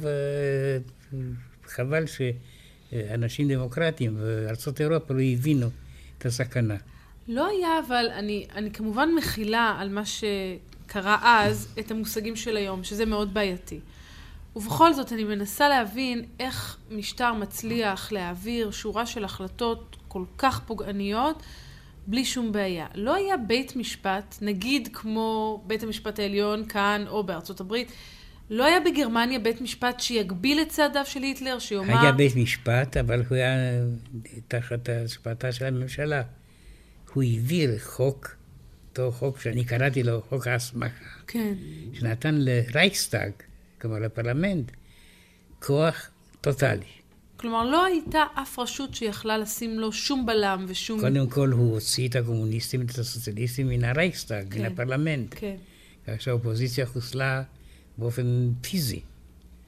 וחבל שאנשים דמוקרטיים וארצות אירופה לא הבינו את הסכנה. לא היה, אבל אני, אני כמובן מכילה על מה שקרה אז את המושגים של היום, שזה מאוד בעייתי. ובכל זאת אני מנסה להבין איך משטר מצליח להעביר שורה של החלטות כל כך פוגעניות בלי שום בעיה. לא היה בית משפט, נגיד כמו בית המשפט העליון כאן או בארצות הברית, לא היה בגרמניה בית משפט שיגביל את צעדיו של היטלר, שיאמר... היה בית משפט, אבל הוא היה תחת השפעתה של הממשלה. הוא העביר חוק, אותו חוק שאני קראתי לו חוק ההסמכה, כן. שנתן לרייכסטאג, כלומר לפרלמנט, כוח טוטלי. כלומר, לא הייתה אף רשות שיכלה לשים לו שום בלם ושום... קודם כל הוא הוציא את הקומוניסטים ואת הסוציאליסטים מן הרייכסטאג, כן. מן הפרלמנט. כן. כך שהאופוזיציה חוסלה באופן פיזי.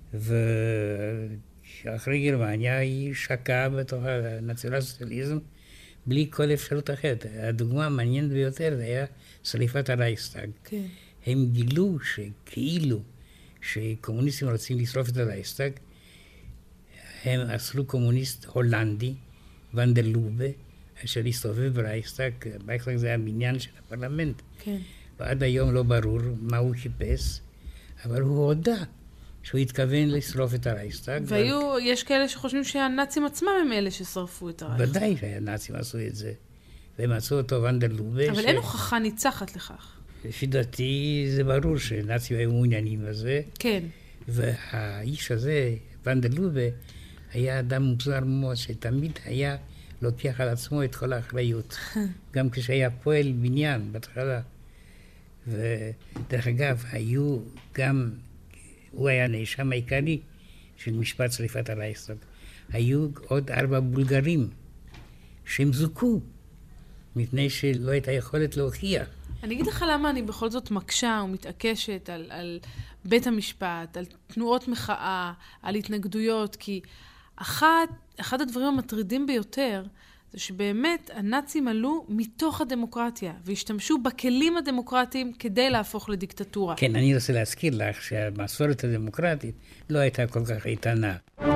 ואחרי גרמניה היא שקעה בתוך הנציונל סוציאליזם בלי כל אפשרות אחרת. הדוגמה המעניינת ביותר זה היה שריפת הרייכסטאג. כן. הם גילו שכאילו שקומוניסטים רוצים לשרוף את הרייכסטאג, הם אסרו קומוניסט הולנדי, ונדר לובה, אשר הסתובב ברייכסטאג. ברייכסטאג זה הבניין של הפרלמנט. כן. ועד היום לא ברור מה הוא חיפש, אבל הוא הודע שהוא התכוון לשרוף את הרייכסטאג. והיו, יש כאלה שחושבים שהנאצים עצמם הם אלה ששרפו את הרייכסטאג. ודאי שהנאצים עשו את זה. והם עשו אותו ונדר לובה. אבל אין הוכחה ניצחת לכך. לפי דעתי זה ברור שנאצים היו מעוניינים בזה. כן. והאיש הזה, ונדר לובה, היה אדם מוזר מאוד, שתמיד היה לוקח על עצמו את כל האחריות. גם כשהיה פועל בניין בהתחלה. ודרך אגב, היו גם, הוא היה נאשם העיקרי של משפט שריפת הרייכסטאג. היו עוד ארבע בולגרים שהם זוכו, מפני שלא הייתה יכולת להוכיח. אני אגיד לך למה אני בכל זאת מקשה ומתעקשת על, על בית המשפט, על תנועות מחאה, על התנגדויות, כי אחת, אחד הדברים המטרידים ביותר זה שבאמת הנאצים עלו מתוך הדמוקרטיה, והשתמשו בכלים הדמוקרטיים כדי להפוך לדיקטטורה. כן, אני רוצה להזכיר לך שהמסורת הדמוקרטית לא הייתה כל כך איתנה.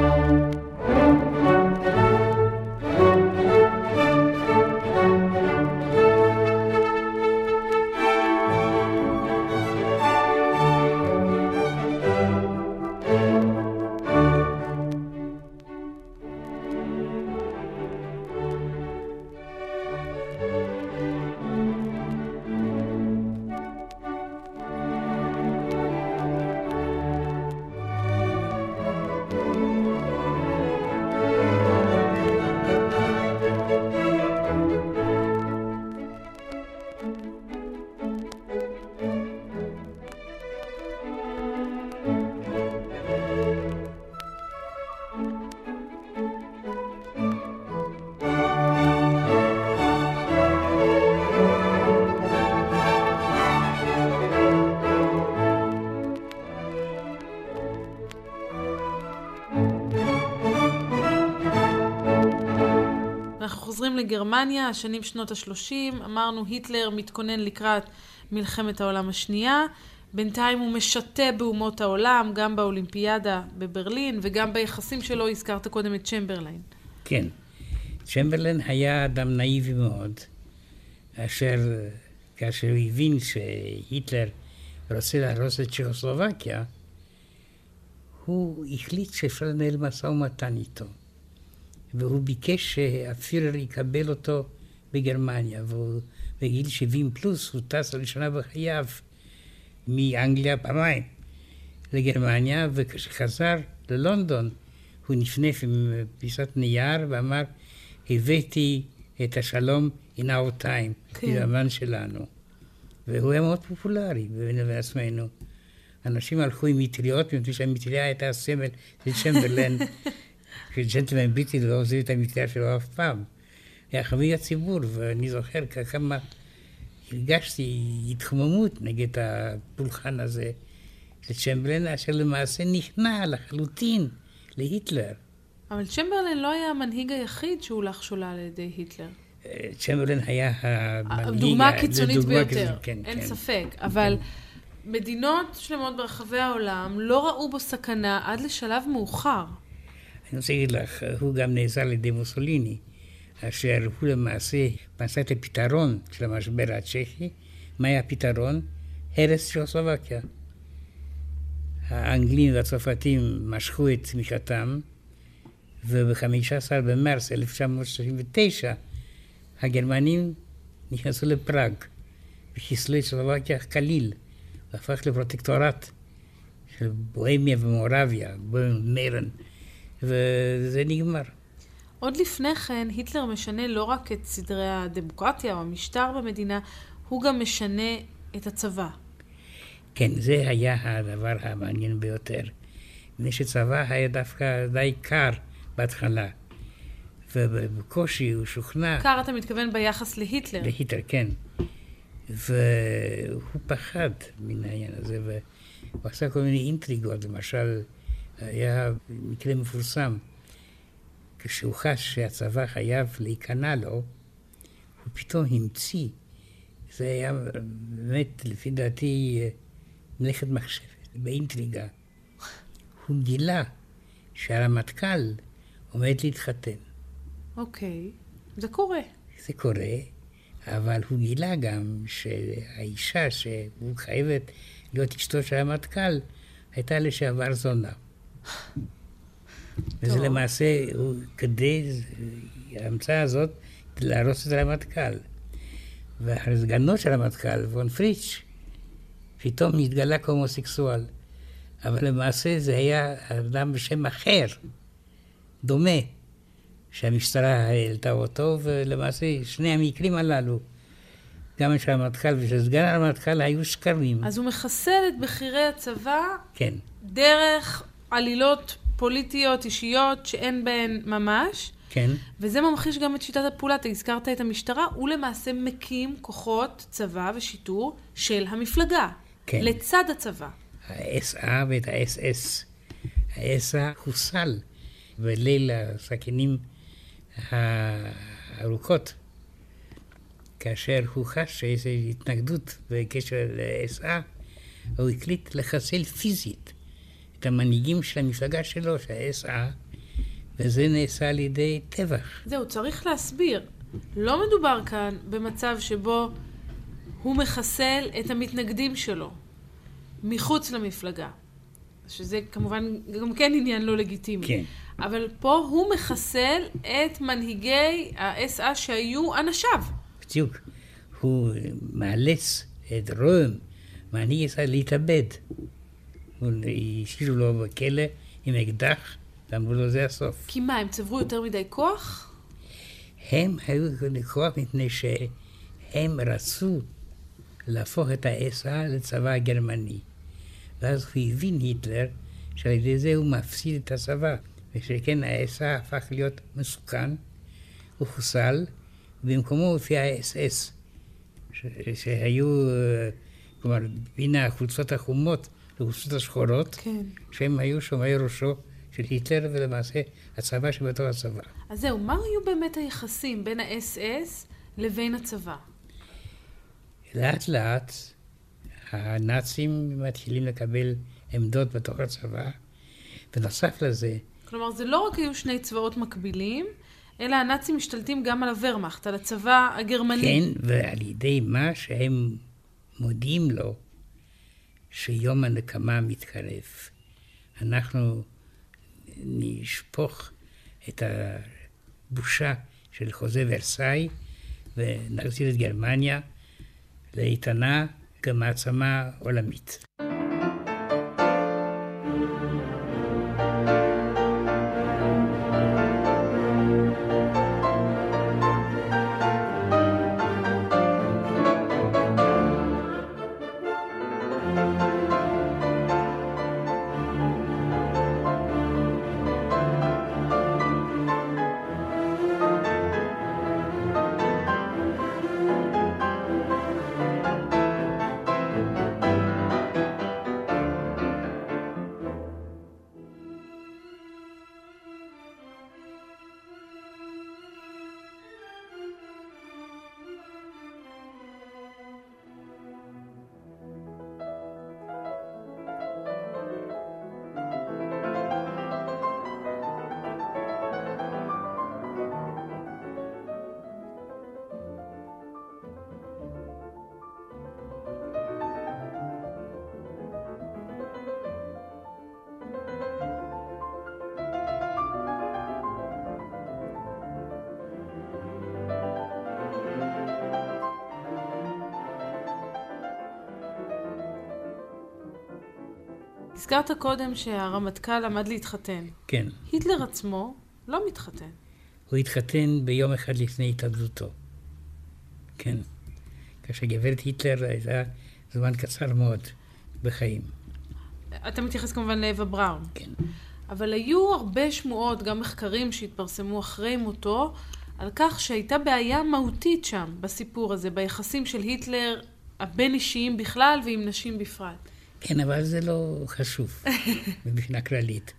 לגרמניה, השנים שנות ה-שלושים, אמרנו היטלר מתכונן לקראת מלחמת העולם השנייה, בינתיים הוא משתה באומות העולם, גם באולימפיאדה בברלין, וגם ביחסים שלו, הזכרת קודם את צ'מברליין. כן, צ'מברליין היה אדם נאיבי מאוד, אשר כאשר הוא הבין שהיטלר רוצה להרוס את צ'כוסלובקיה, הוא החליט שאפשר לנהל משא ומתן איתו. והוא ביקש שהפירר יקבל אותו בגרמניה, והוא בגיל שבעים פלוס, הוא טס לראשונה בחייו מאנגליה פעמיים לגרמניה, וכשחזר ללונדון, הוא נפנף עם פיסת נייר ואמר, הבאתי את השלום in our time, כן. בזמן שלנו. והוא היה מאוד פופולרי בין עצמנו. אנשים הלכו עם מטריות, מפני שהמטריה הייתה הסמל של צ'מברליין, שג'נטלמן בריטי לא עוזב את המטריה שלו אף פעם. היה חביא הציבור, ואני זוכר כמה הרגשתי התחממות נגד הפולחן הזה של צ'מברליין, אשר למעשה נכנע לחלוטין להיטלר. אבל צ'מברליין לא היה המנהיג היחיד שהולך שולל על ידי היטלר. צ'מברליין היה המנהיג... הדוגמה הקיצונית ביותר, כן, אין כן. ספק. אבל כן. מדינות שלמות ברחבי העולם לא ראו בו סכנה עד לשלב מאוחר. אני רוצה להגיד לך, הוא גם נעזר על ידי מוסוליני, אשר הוא למעשה מצא את הפתרון של המשבר הצ'כי. מה היה הפתרון? הרס צ'כוסלובקיה. האנגלים והצרפתים משכו את תמיכתם, וב-חמישה עשר במרץ אלף תשע מאות שלושים ותשע הגרמנים נכנסו לפראג וחיסלו את צ'כוסלובקיה כליל, והפך לפרוטקטורט של בוהמיה ומורביה, בוהמרן, וזה נגמר. עוד לפני כן, היטלר משנה לא רק את סדרי הדמוקרטיה או המשטר במדינה, הוא גם משנה את הצבא. כן, זה היה הדבר המעניין ביותר. מפני שצבא היה דווקא די קר בהתחלה, ובקושי הוא שוכנע... קר אתה מתכוון ביחס להיטלר? להיטלר, כן. והוא פחד מן העניין הזה, והוא עשה כל מיני אינטריגות, למשל, היה מקרה מפורסם. כשהוא חש שהצבא חייב להיכנע לו, הוא פתאום המציא. זה היה באמת, לפי דעתי, מלאכת מחשבת, באינטריגה. הוא גילה שהרמטכ"ל עומד להתחתן. אוקיי, זה קורה. זה קורה, אבל הוא גילה גם שהאישה שהוא חייבת להיות אשתו של הרמטכ"ל, הייתה לשעבר זונה. וזה למעשה, הוא, כדי, ההמצאה הזאת, להרוס את הרמטכ"ל. והסגנו של הרמטכ"ל, וון פריץ', פתאום התגלה כהומוסקסואל. אבל למעשה זה היה אדם בשם אחר, דומה, שהמשטרה העלתה אותו, ולמעשה שני המקרים הללו, גם של הרמטכ"ל ושל סגן הרמטכ"ל, היו שקרים. אז הוא מחסל את בחירי הצבא, כן. דרך עלילות פוליטיות, אישיות, שאין בהן ממש. כן. וזה ממחיש גם את שיטת הפעולה. אתה הזכרת את המשטרה, הוא למעשה מקים כוחות צבא ושיטור של המפלגה. כן. לצד הצבא. ה-אס אה ואת ה-אס אס. ה-אס אה חוסל בליל הסכינים הארוכות. כאשר הוא חש שאיזו התנגדות בקשר ל-אס אה, הוא הקליט לחסל פיזית את המנהיגים של המפלגה שלו, של ה-אס אה, וזה נעשה על ידי טבח. זהו, צריך להסביר. לא מדובר כאן במצב שבו הוא מחסל את המתנגדים שלו מחוץ למפלגה. שזה כמובן גם כן עניין לא לגיטימי. כן. אבל פה הוא מחסל את מנהיגי ה-אס אה שהיו אנשיו. בדיוק. הוא מאלץ את רום, מנהיג אס אה, להתאבד. השאירו לו בכלא עם אקדח, ואמרו לו זה הסוף. כי מה, הם צברו יותר מדי כוח? הם היו כוח מפני שהם רצו להפוך את ה-אס אה לצבא הגרמני. ואז הוא הבין היטלר שעל ידי זה הוא מפסיד את הצבא. ושכן ה-אס אה הפך להיות מסוכן, הוא חוסל, ובמקומו הופיע ה-אס אס, שהיו, כלומר, בין החולצות החומות לחולצות השחורות, כן. שהם היו שומרי ראשו של היטלר, ולמעשה הצבא שבתוך הצבא. אז זהו, מה היו באמת היחסים בין ה-אס אס לבין הצבא? לאט לאט הנאצים מתחילים לקבל עמדות בתוך הצבא, ונוסף לזה, כלומר, זה לא רק היו שני צבאות מקבילים, אלא הנאצים משתלטים גם על הוורמאכט, על הצבא הגרמני. כן, ועל ידי מה שהם מודיעים לו שיום הנקמה מתקרב. אנחנו נשפוך את הבושה של חוזה ורסאי ונחזיר את גרמניה לאיתנה כמעצמה עולמית. הזכרת קודם שהרמטכ"ל עמד להתחתן. כן. היטלר עצמו לא מתחתן. הוא התחתן ביום אחד לפני התאבדותו. כן. כאשר גברת היטלר הייתה זמן קצר מאוד בחיים. אתה מתייחס כמובן לאווה בראון. כן. אבל היו הרבה שמועות, גם מחקרים שהתפרסמו אחרי מותו, על כך שהייתה בעיה מהותית שם, בסיפור הזה, ביחסים של היטלר, הבין אישיים בכלל ועם נשים בפרט. כן, אבל זה לא חשוב, מבחינה כללית.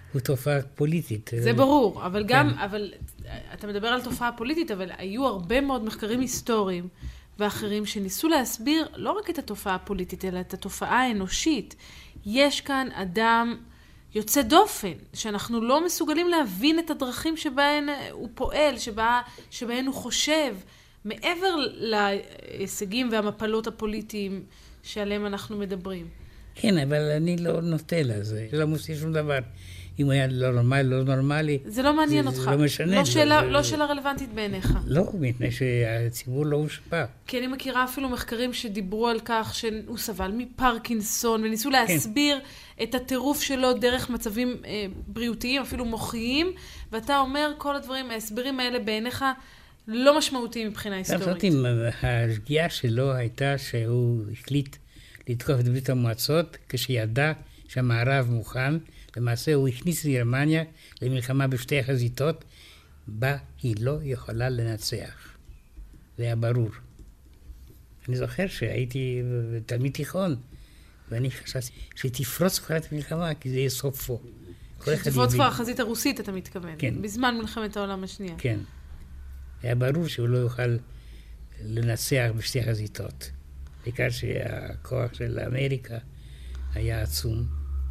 הוא תופעה פוליטית. זה ברור, אבל גם, אבל אתה מדבר על תופעה פוליטית, אבל היו הרבה מאוד מחקרים היסטוריים ואחרים שניסו להסביר לא רק את התופעה הפוליטית, אלא את התופעה האנושית. יש כאן אדם יוצא דופן, שאנחנו לא מסוגלים להבין את הדרכים שבהן הוא פועל, שבה, שבהן הוא חושב, מעבר להישגים והמפלות הפוליטיים שעליהם אנחנו מדברים. כן, אבל אני לא נוטה לזה, לא מוסיף שום דבר. אם הוא היה לא נורמלי, לא נורמלי, זה לא מעניין זה, אותך. זה לא משנה. לא שאלה, זה... לא שאלה רלוונטית בעיניך. לא, מפני שהציבור לא הושפע. כי אני מכירה אפילו מחקרים שדיברו על כך שהוא סבל מפרקינסון, וניסו להסביר כן. את הטירוף שלו דרך מצבים אה, בריאותיים, אפילו מוחיים, ואתה אומר כל הדברים, ההסברים האלה בעיניך לא משמעותיים מבחינה היסטורית. זאת אומרת, השגיאה שלו הייתה שהוא החליט לתקוף את ברית המועצות, כשידע שהמערב מוכן, למעשה הוא הכניס את גרמניה למלחמה בשתי החזיתות, בה היא לא יכולה לנצח. זה היה ברור. אני זוכר שהייתי תלמיד תיכון, ואני חשבתי שתפרוץ כבר את המלחמה, כי זה יהיה סופו. שתפרוץ כבר החזית הרוסית, אתה מתכוון. כן. בזמן מלחמת העולם השנייה. כן. היה ברור שהוא לא יוכל לנצח בשתי חזיתות. בעיקר שהכוח של אמריקה היה עצום.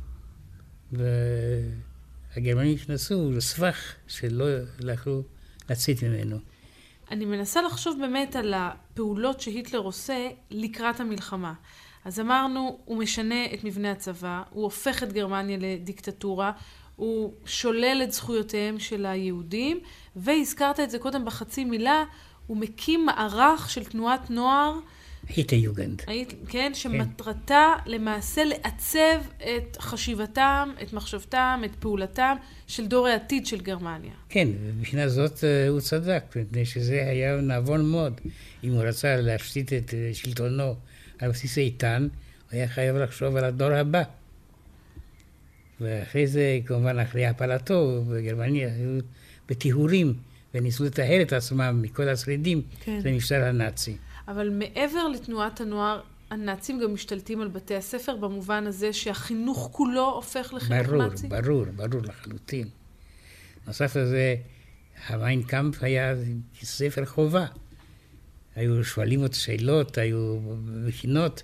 והגרמנים נכנסו לסבך שלא יכלו לצאת ממנו. אני מנסה לחשוב באמת על הפעולות שהיטלר עושה לקראת המלחמה. אז אמרנו, הוא משנה את מבנה הצבא, הוא הופך את גרמניה לדיקטטורה, הוא שולל את זכויותיהם של היהודים, והזכרת את זה קודם בחצי מילה, הוא מקים מערך של תנועת נוער, היטליוגנד. כן, שמטרתה למעשה לעצב את חשיבתם, את מחשבתם, את פעולתם של דור העתיד של גרמניה. כן, ובבחינה זאת הוא צדק, מפני שזה היה נבון מאוד. אם הוא רצה להשתית את שלטונו על בסיס איתן, הוא היה חייב לחשוב על הדור הבא. ואחרי זה, כמובן, אחרי הפלתו, בגרמניה היו בטיהורים, וניסו לטהר את עצמם מכל השרידים, כן. זה משטר הנאצי. אבל מעבר לתנועת הנוער, הנאצים גם משתלטים על בתי הספר, במובן הזה שהחינוך כולו הופך לחינוך ברור, נאצי? ברור, ברור לחלוטין. נוסף לזה, המיין קאמפ היה ספר חובה. היו שואלים עוד שאלות, היו מכינות,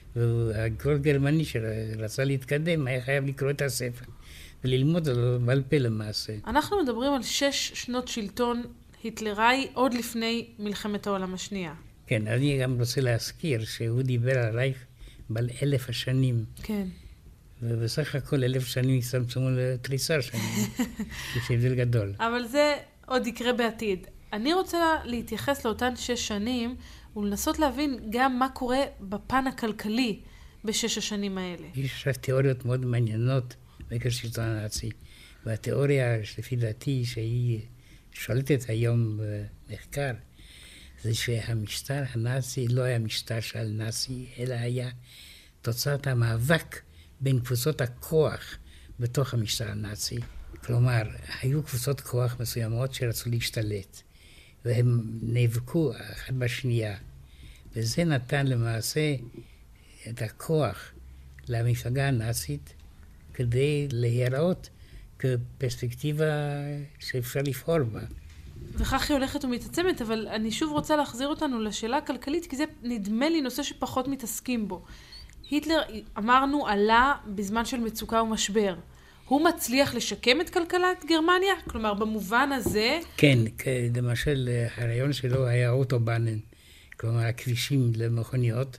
וכל גרמני שרצה להתקדם היה חייב לקרוא את הספר, וללמוד עליו בעל פה למעשה. אנחנו מדברים על שש שנות שלטון היטלראי עוד לפני מלחמת העולם השנייה. כן, אני גם רוצה להזכיר שהוא דיבר על רייך בעל אלף השנים. כן. ובסך הכל אלף שנים יצמצמו לתריסר שנים. יש הבדל גדול. אבל זה עוד יקרה בעתיד. אני רוצה להתייחס לאותן שש שנים, ולנסות להבין גם מה קורה בפן הכלכלי בשש השנים האלה. יש עכשיו תיאוריות מאוד מעניינות בקשר שלטון הנאצי. והתיאוריה, לפי דעתי, שהיא שולטת היום במחקר, זה שהמשטר הנאצי לא היה משטר של נאצי, אלא היה תוצאת המאבק בין קבוצות הכוח בתוך המשטר הנאצי. כלומר, היו קבוצות כוח מסוימות שרצו להשתלט, והם נאבקו אחת בשנייה. וזה נתן למעשה את הכוח למפלגה הנאצית כדי להיראות כפרספקטיבה שאפשר לפעול בה. וכך היא הולכת ומתעצמת, אבל אני שוב רוצה להחזיר אותנו לשאלה הכלכלית, כי זה נדמה לי נושא שפחות מתעסקים בו. היטלר, אמרנו, עלה בזמן של מצוקה ומשבר. הוא מצליח לשקם את כלכלת גרמניה? כלומר, במובן הזה... כן, למשל, הרעיון שלו היה אוטובאנן, כלומר, הכבישים למכוניות,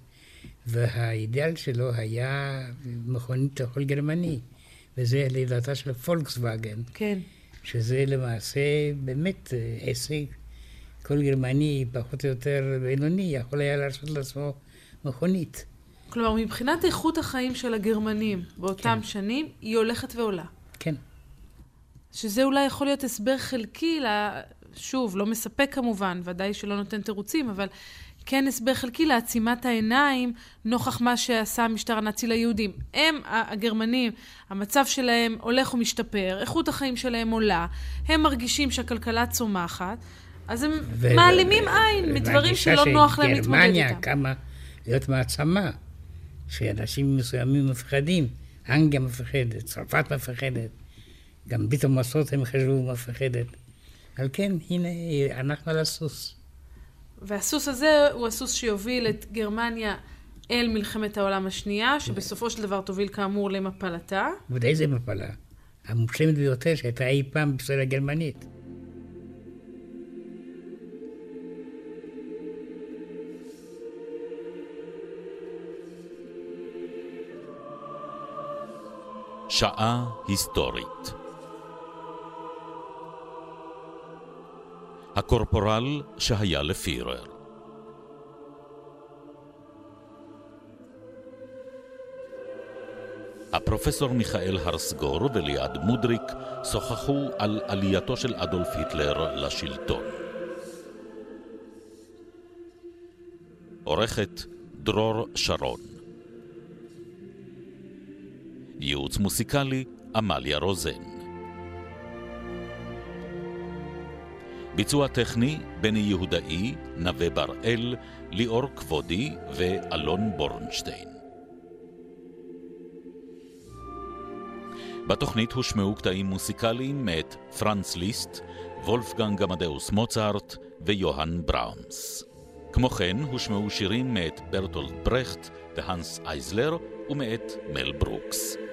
והאידאל שלו היה מכונית לכל גרמני, וזה לידתה של פולקסווגן. כן. שזה למעשה באמת הישג. כל גרמני פחות או יותר בינוני יכול היה להרשות לעצמו מכונית. כלומר, מבחינת איכות החיים של הגרמנים באותם כן. שנים, היא הולכת ועולה. כן. שזה אולי יכול להיות הסבר חלקי, לה... שוב, לא מספק כמובן, ודאי שלא נותן תירוצים, אבל כן הסבר חלקי לעצימת העיניים, נוכח מה שעשה המשטר הנאצי ליהודים. הם, הגרמנים, המצב שלהם הולך ומשתפר, איכות החיים שלהם עולה, הם מרגישים שהכלכלה צומחת, אז הם ו- מעלימים עין מדברים שלא נוח להם להתמודד איתם. גרמניה קמה להיות מעצמה, שאנשים מסוימים מפחדים, אנגליה מפחדת, צרפת מפחדת, גם פתאום עשות הם חשבו מפחדת. אבל כן, הנה, אנחנו על הסוס. והסוס הזה הוא הסוס שיוביל את גרמניה אל מלחמת העולם השנייה, שבסופו של דבר תוביל כאמור למפלתה. ודאי זה מפלה. המושלמת ביותר שהייתה אי פעם בסדר הגרמנית. שעה היסטורית. הקורפורל שהיה לפירר. הפרופסור מיכאל הרסגור וליעד מודריק שוחחו על עלייתו של אדולף היטלר לשלטון. עורכת דרור שרון. ייעוץ מוסיקלי אמליה רוזן. ביצוע טכני בני יהודאי, נווה בראל, ליאור כבודי ואלון בורנשטיין. בתוכנית הושמעו קטעים מוסיקליים מאת פרנץ ליסט, וולפגנג אמדאוס מוצרט ויוהאן בראומס. כמו כן הושמעו שירים מאת ברטולד ברכט והנס אייזלר ומאת מל ברוקס.